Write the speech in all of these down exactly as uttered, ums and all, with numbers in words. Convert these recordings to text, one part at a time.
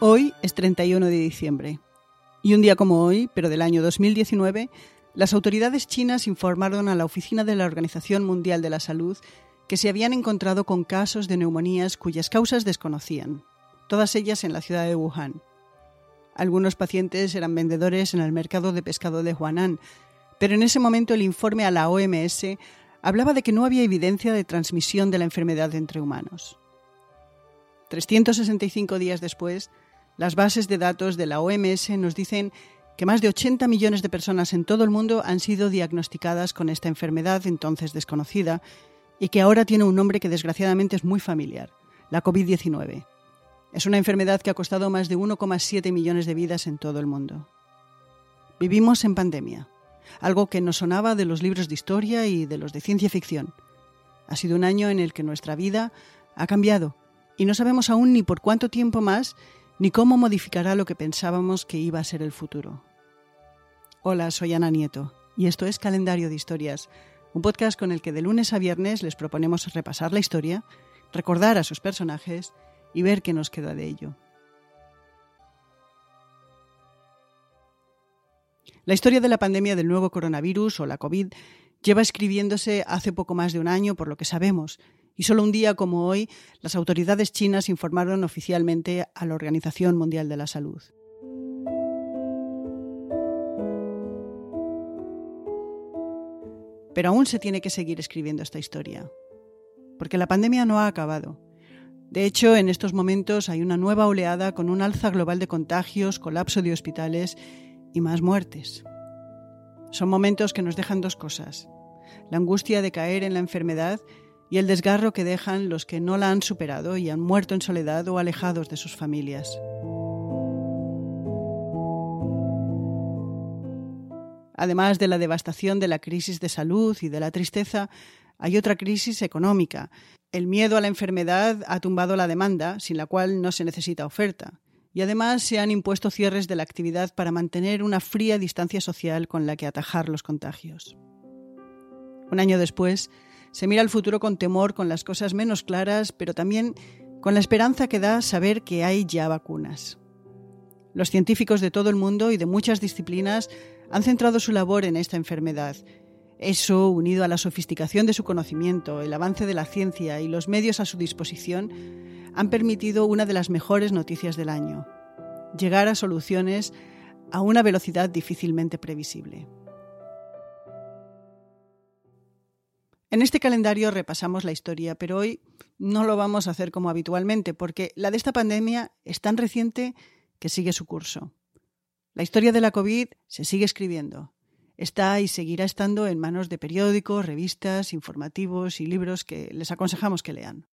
Hoy es treinta y uno de diciembre. Y un día como hoy, pero del año dos mil diecinueve, las autoridades chinas informaron a la Oficina de la Organización Mundial de la Salud que se habían encontrado con casos de neumonías cuyas causas desconocían, todas ellas en la ciudad de Wuhan. Algunos pacientes eran vendedores en el mercado de pescado de Huanan, pero en ese momento el informe a la O M S hablaba de que no había evidencia de transmisión de la enfermedad entre humanos. trescientos sesenta y cinco días después, las bases de datos de la O M S nos dicen que más de ochenta millones de personas en todo el mundo han sido diagnosticadas con esta enfermedad entonces desconocida y que ahora tiene un nombre que desgraciadamente es muy familiar, la covid diecinueve. Es una enfermedad que ha costado más de uno coma siete millones de vidas en todo el mundo. Vivimos en pandemia, algo que nos sonaba de los libros de historia y de los de ciencia ficción. Ha sido un año en el que nuestra vida ha cambiado y no sabemos aún ni por cuánto tiempo más ni cómo modificará lo que pensábamos que iba a ser el futuro. Hola, soy Ana Nieto y esto es Calendario de Historias, un podcast con el que de lunes a viernes les proponemos repasar la historia, recordar a sus personajes y ver qué nos queda de ello. La historia de la pandemia del nuevo coronavirus o la COVID lleva escribiéndose hace poco más de un año por lo que sabemos, y solo un día como hoy las autoridades chinas informaron oficialmente a la Organización Mundial de la Salud. Pero aún se tiene que seguir escribiendo esta historia, porque la pandemia no ha acabado. De hecho, en estos momentos hay una nueva oleada con un alza global de contagios, colapso de hospitales y más muertes. Son momentos que nos dejan dos cosas: la angustia de caer en la enfermedad y el desgarro que dejan los que no la han superado y han muerto en soledad o alejados de sus familias. Además de la devastación de la crisis de salud y de la tristeza, hay otra crisis económica. El miedo a la enfermedad ha tumbado la demanda, sin la cual no se necesita oferta. Y además se han impuesto cierres de la actividad para mantener una fría distancia social con la que atajar los contagios. Un año después, se mira al futuro con temor, con las cosas menos claras, pero también con la esperanza que da saber que hay ya vacunas. Los científicos de todo el mundo y de muchas disciplinas han centrado su labor en esta enfermedad. Eso, unido a la sofisticación de su conocimiento, el avance de la ciencia y los medios a su disposición, han permitido una de las mejores noticias del año: llegar a soluciones a una velocidad difícilmente previsible. En este calendario repasamos la historia, pero hoy no lo vamos a hacer como habitualmente, porque la de esta pandemia es tan reciente que sigue su curso. La historia de la COVID se sigue escribiendo. Está y seguirá estando en manos de periódicos, revistas, informativos y libros que les aconsejamos que lean.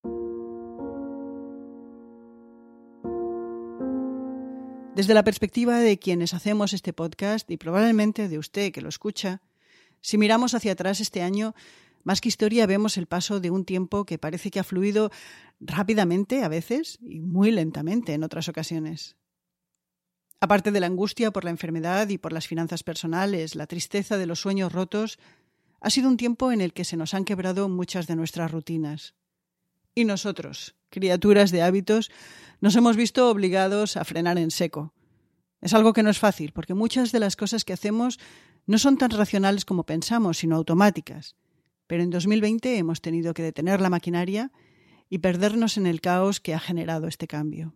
Desde la perspectiva de quienes hacemos este podcast y probablemente de usted que lo escucha, si miramos hacia atrás este año, más que historia vemos el paso de un tiempo que parece que ha fluido rápidamente a veces y muy lentamente en otras ocasiones. Aparte de la angustia por la enfermedad y por las finanzas personales, la tristeza de los sueños rotos, ha sido un tiempo en el que se nos han quebrado muchas de nuestras rutinas. Y nosotros, criaturas de hábitos, nos hemos visto obligados a frenar en seco. Es algo que no es fácil, porque muchas de las cosas que hacemos no son tan racionales como pensamos, sino automáticas. Pero en dos mil veinte hemos tenido que detener la maquinaria y perdernos en el caos que ha generado este cambio.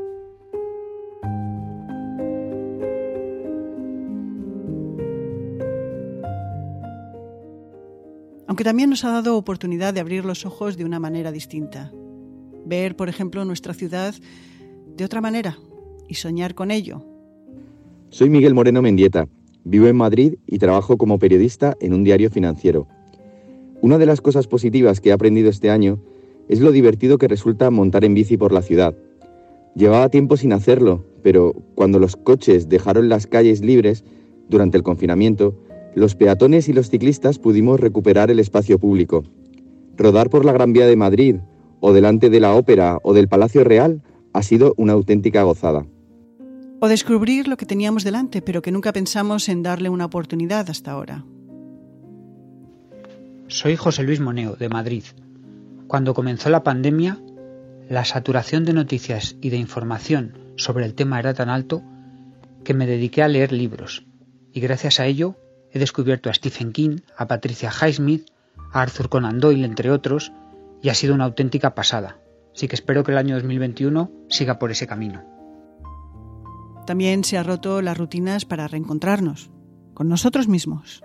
Aunque también nos ha dado oportunidad de abrir los ojos de una manera distinta. Ver, por ejemplo, nuestra ciudad de otra manera y soñar con ello. Soy Miguel Moreno Mendieta, vivo en Madrid y trabajo como periodista en un diario financiero. Una de las cosas positivas que he aprendido este año es lo divertido que resulta montar en bici por la ciudad. Llevaba tiempo sin hacerlo, pero cuando los coches dejaron las calles libres durante el confinamiento, los peatones y los ciclistas pudimos recuperar el espacio público. Rodar por la Gran Vía de Madrid, o delante de la Ópera o del Palacio Real, ha sido una auténtica gozada. O descubrir lo que teníamos delante, pero que nunca pensamos en darle una oportunidad hasta ahora. Soy José Luis Moneo, de Madrid. Cuando comenzó la pandemia, la saturación de noticias y de información sobre el tema era tan alto que me dediqué a leer libros, y gracias a ello he descubierto a Stephen King, a Patricia Highsmith, a Arthur Conan Doyle, entre otros, y ha sido una auténtica pasada. Así que espero que el año dos mil veintiuno siga por ese camino. También se han roto las rutinas para reencontrarnos con nosotros mismos.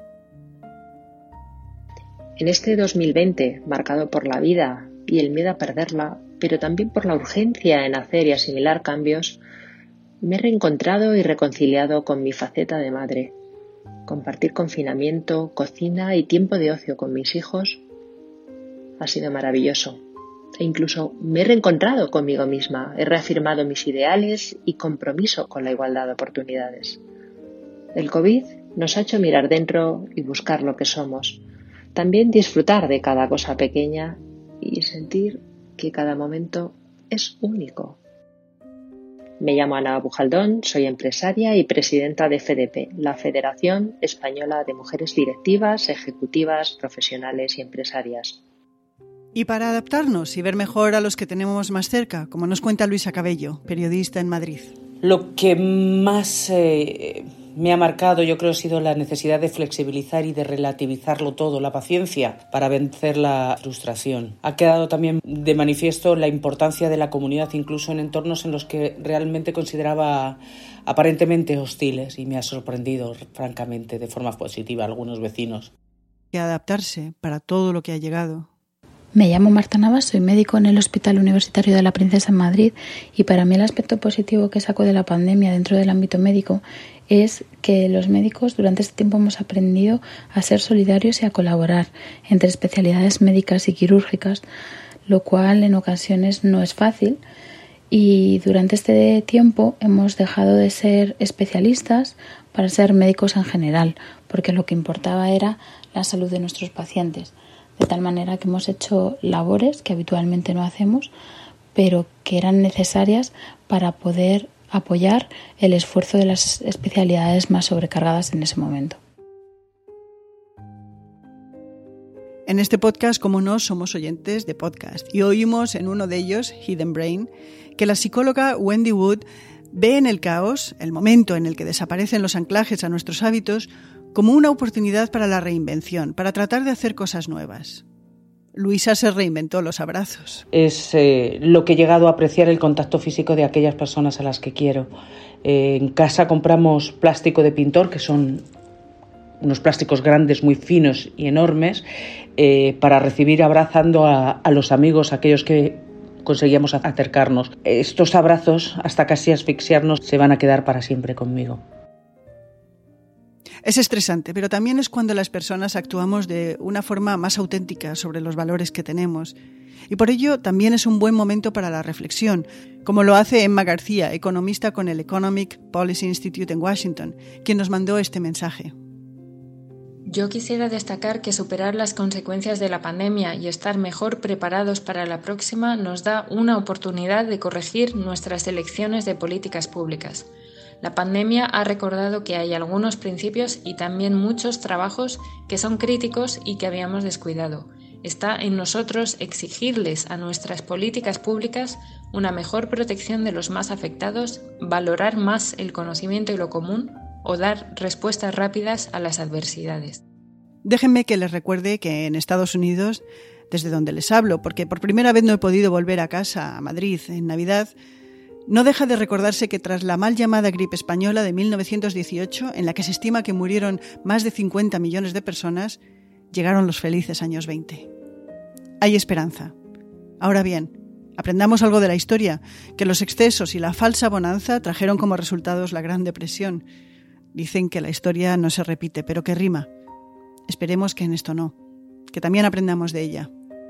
En este dos mil veinte, marcado por la vida y el miedo a perderla, pero también por la urgencia en hacer y asimilar cambios, me he reencontrado y reconciliado con mi faceta de madre. Compartir confinamiento, cocina y tiempo de ocio con mis hijos ha sido maravilloso. E incluso me he reencontrado conmigo misma, he reafirmado mis ideales y compromiso con la igualdad de oportunidades. El COVID nos ha hecho mirar dentro y buscar lo que somos. También disfrutar de cada cosa pequeña y sentir que cada momento es único. Me llamo Ana Bujaldón, soy empresaria y presidenta de F E D P, la Federación Española de Mujeres Directivas, Ejecutivas, Profesionales y Empresarias. Y para adaptarnos y ver mejor a los que tenemos más cerca, como nos cuenta Luisa Cabello, periodista en Madrid. Lo que más eh, me ha marcado, yo creo, ha sido la necesidad de flexibilizar y de relativizarlo todo, la paciencia para vencer la frustración. Ha quedado también de manifiesto la importancia de la comunidad, incluso en entornos en los que realmente consideraba aparentemente hostiles, y me ha sorprendido, francamente, de forma positiva, algunos vecinos. Y adaptarse para todo lo que ha llegado. Me llamo Marta Navas, soy médico en el Hospital Universitario de la Princesa en Madrid, y para mí el aspecto positivo que saco de la pandemia dentro del ámbito médico es que los médicos durante este tiempo hemos aprendido a ser solidarios y a colaborar entre especialidades médicas y quirúrgicas, lo cual en ocasiones no es fácil, y durante este tiempo hemos dejado de ser especialistas para ser médicos en general, porque lo que importaba era la salud de nuestros pacientes. De tal manera que hemos hecho labores que habitualmente no hacemos, pero que eran necesarias para poder apoyar el esfuerzo de las especialidades más sobrecargadas en ese momento. En este podcast, como no, somos oyentes de podcast y oímos en uno de ellos, Hidden Brain, que la psicóloga Wendy Wood ve en el caos, el momento en el que desaparecen los anclajes a nuestros hábitos, como una oportunidad para la reinvención, para tratar de hacer cosas nuevas. Luisa se reinventó los abrazos. Es eh, lo que he llegado a apreciar, el contacto físico de aquellas personas a las que quiero. Eh, en casa compramos plástico de pintor, que son unos plásticos grandes, muy finos y enormes, eh, para recibir abrazando a, a los amigos, aquellos que conseguíamos acercarnos. Estos abrazos, hasta casi asfixiarnos, se van a quedar para siempre conmigo. Es estresante, pero también es cuando las personas actuamos de una forma más auténtica sobre los valores que tenemos. Y por ello también es un buen momento para la reflexión, como lo hace Emma García, economista con el Economic Policy Institute en Washington, quien nos mandó este mensaje. Yo quisiera destacar que superar las consecuencias de la pandemia y estar mejor preparados para la próxima nos da una oportunidad de corregir nuestras elecciones de políticas públicas. La pandemia ha recordado que hay algunos principios y también muchos trabajos que son críticos y que habíamos descuidado. Está en nosotros exigirles a nuestras políticas públicas una mejor protección de los más afectados, valorar más el conocimiento y lo común o dar respuestas rápidas a las adversidades. Déjenme que les recuerde que en Estados Unidos, desde donde les hablo, porque por primera vez no he podido volver a casa, a Madrid, en Navidad, no deja de recordarse que tras la mal llamada gripe española de mil novecientos dieciocho, en la que se estima que murieron más de cincuenta millones de personas, llegaron los felices años veinte. Hay esperanza. Ahora bien, aprendamos algo de la historia, que los excesos y la falsa bonanza trajeron como resultados la Gran Depresión. Dicen que la historia no se repite, pero que rima. Esperemos que en esto no, que también aprendamos de ella.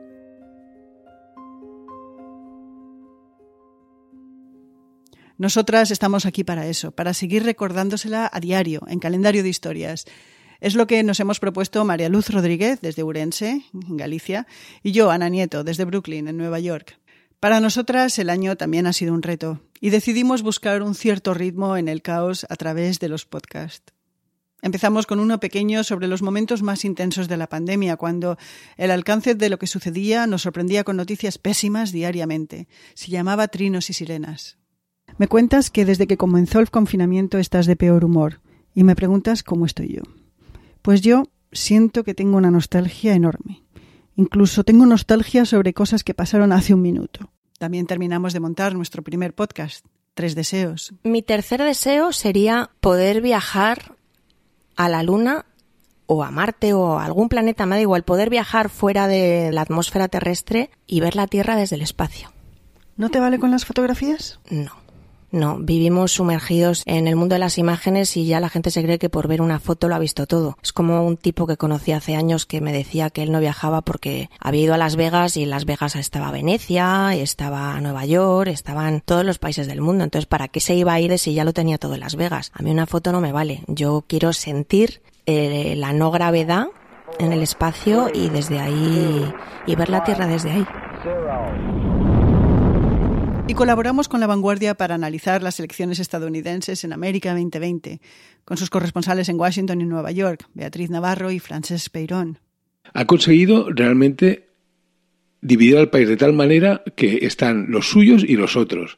Nosotras estamos aquí para eso, para seguir recordándosela a diario, en Calendario de Historias. Es lo que nos hemos propuesto María Luz Rodríguez, desde Ourense, en Galicia, y yo, Ana Nieto, desde Brooklyn, en Nueva York. Para nosotras el año también ha sido un reto, y decidimos buscar un cierto ritmo en el caos a través de los podcasts. Empezamos con uno pequeño sobre los momentos más intensos de la pandemia, cuando el alcance de lo que sucedía nos sorprendía con noticias pésimas diariamente. Se llamaba Trinos y Sirenas. Me cuentas que desde que comenzó el confinamiento estás de peor humor y me preguntas cómo estoy yo. Pues yo siento que tengo una nostalgia enorme. Incluso tengo nostalgia sobre cosas que pasaron hace un minuto. También terminamos de montar nuestro primer podcast, Tres Deseos. Mi tercer deseo sería poder viajar a la Luna o a Marte o a algún planeta, me da igual, poder viajar fuera de la atmósfera terrestre y ver la Tierra desde el espacio. ¿No te vale con las fotografías? No. No, vivimos sumergidos en el mundo de las imágenes y ya la gente se cree que por ver una foto lo ha visto todo. Es como un tipo que conocí hace años que me decía que él no viajaba porque había ido a Las Vegas y en Las Vegas estaba Venecia, estaba Nueva York, estaban todos los países del mundo. Entonces, ¿para qué se iba a ir si ya lo tenía todo en Las Vegas? A mí una foto no me vale. Yo quiero sentir eh, la no gravedad en el espacio y desde ahí, y ver la Tierra desde ahí. Y colaboramos con La Vanguardia para analizar las elecciones estadounidenses en América veinte veinte, con sus corresponsales en Washington y Nueva York, Beatriz Navarro y Frances Peirón. Ha conseguido realmente dividir al país de tal manera que están los suyos y los otros.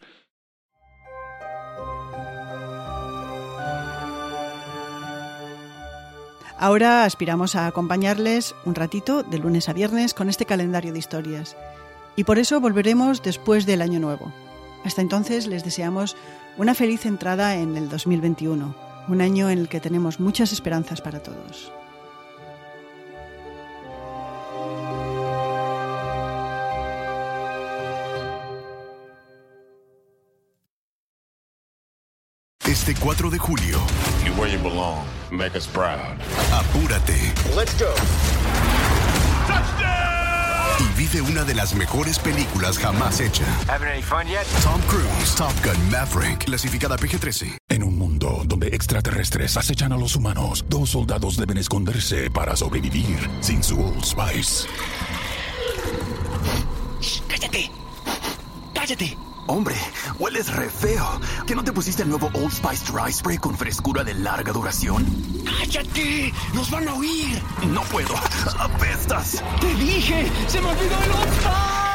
Ahora aspiramos a acompañarles un ratito de lunes a viernes con este calendario de historias. Y por eso volveremos después del Año Nuevo. Hasta entonces les deseamos una feliz entrada en el dos mil veintiuno, un año en el que tenemos muchas esperanzas para todos. Este cuatro de julio, You're where you belong. Make us proud. Apúrate. Let's go. Touchdown! Y vive una de las mejores películas jamás hecha. Having any fun yet? Tom Cruise, Top Gun Maverick, clasificada P G trece. En un mundo donde extraterrestres acechan a los humanos, dos soldados deben esconderse para sobrevivir sin su Old Spice. Shh, ¡cállate! ¡Cállate! Hombre, hueles re feo. ¿Que no te pusiste el nuevo Old Spice Dry Spray con frescura de larga duración? ¡Cállate! ¡Nos van a oír! No puedo. ¡Apestas! ¡Te dije! ¡Se me olvidó el Old Spice!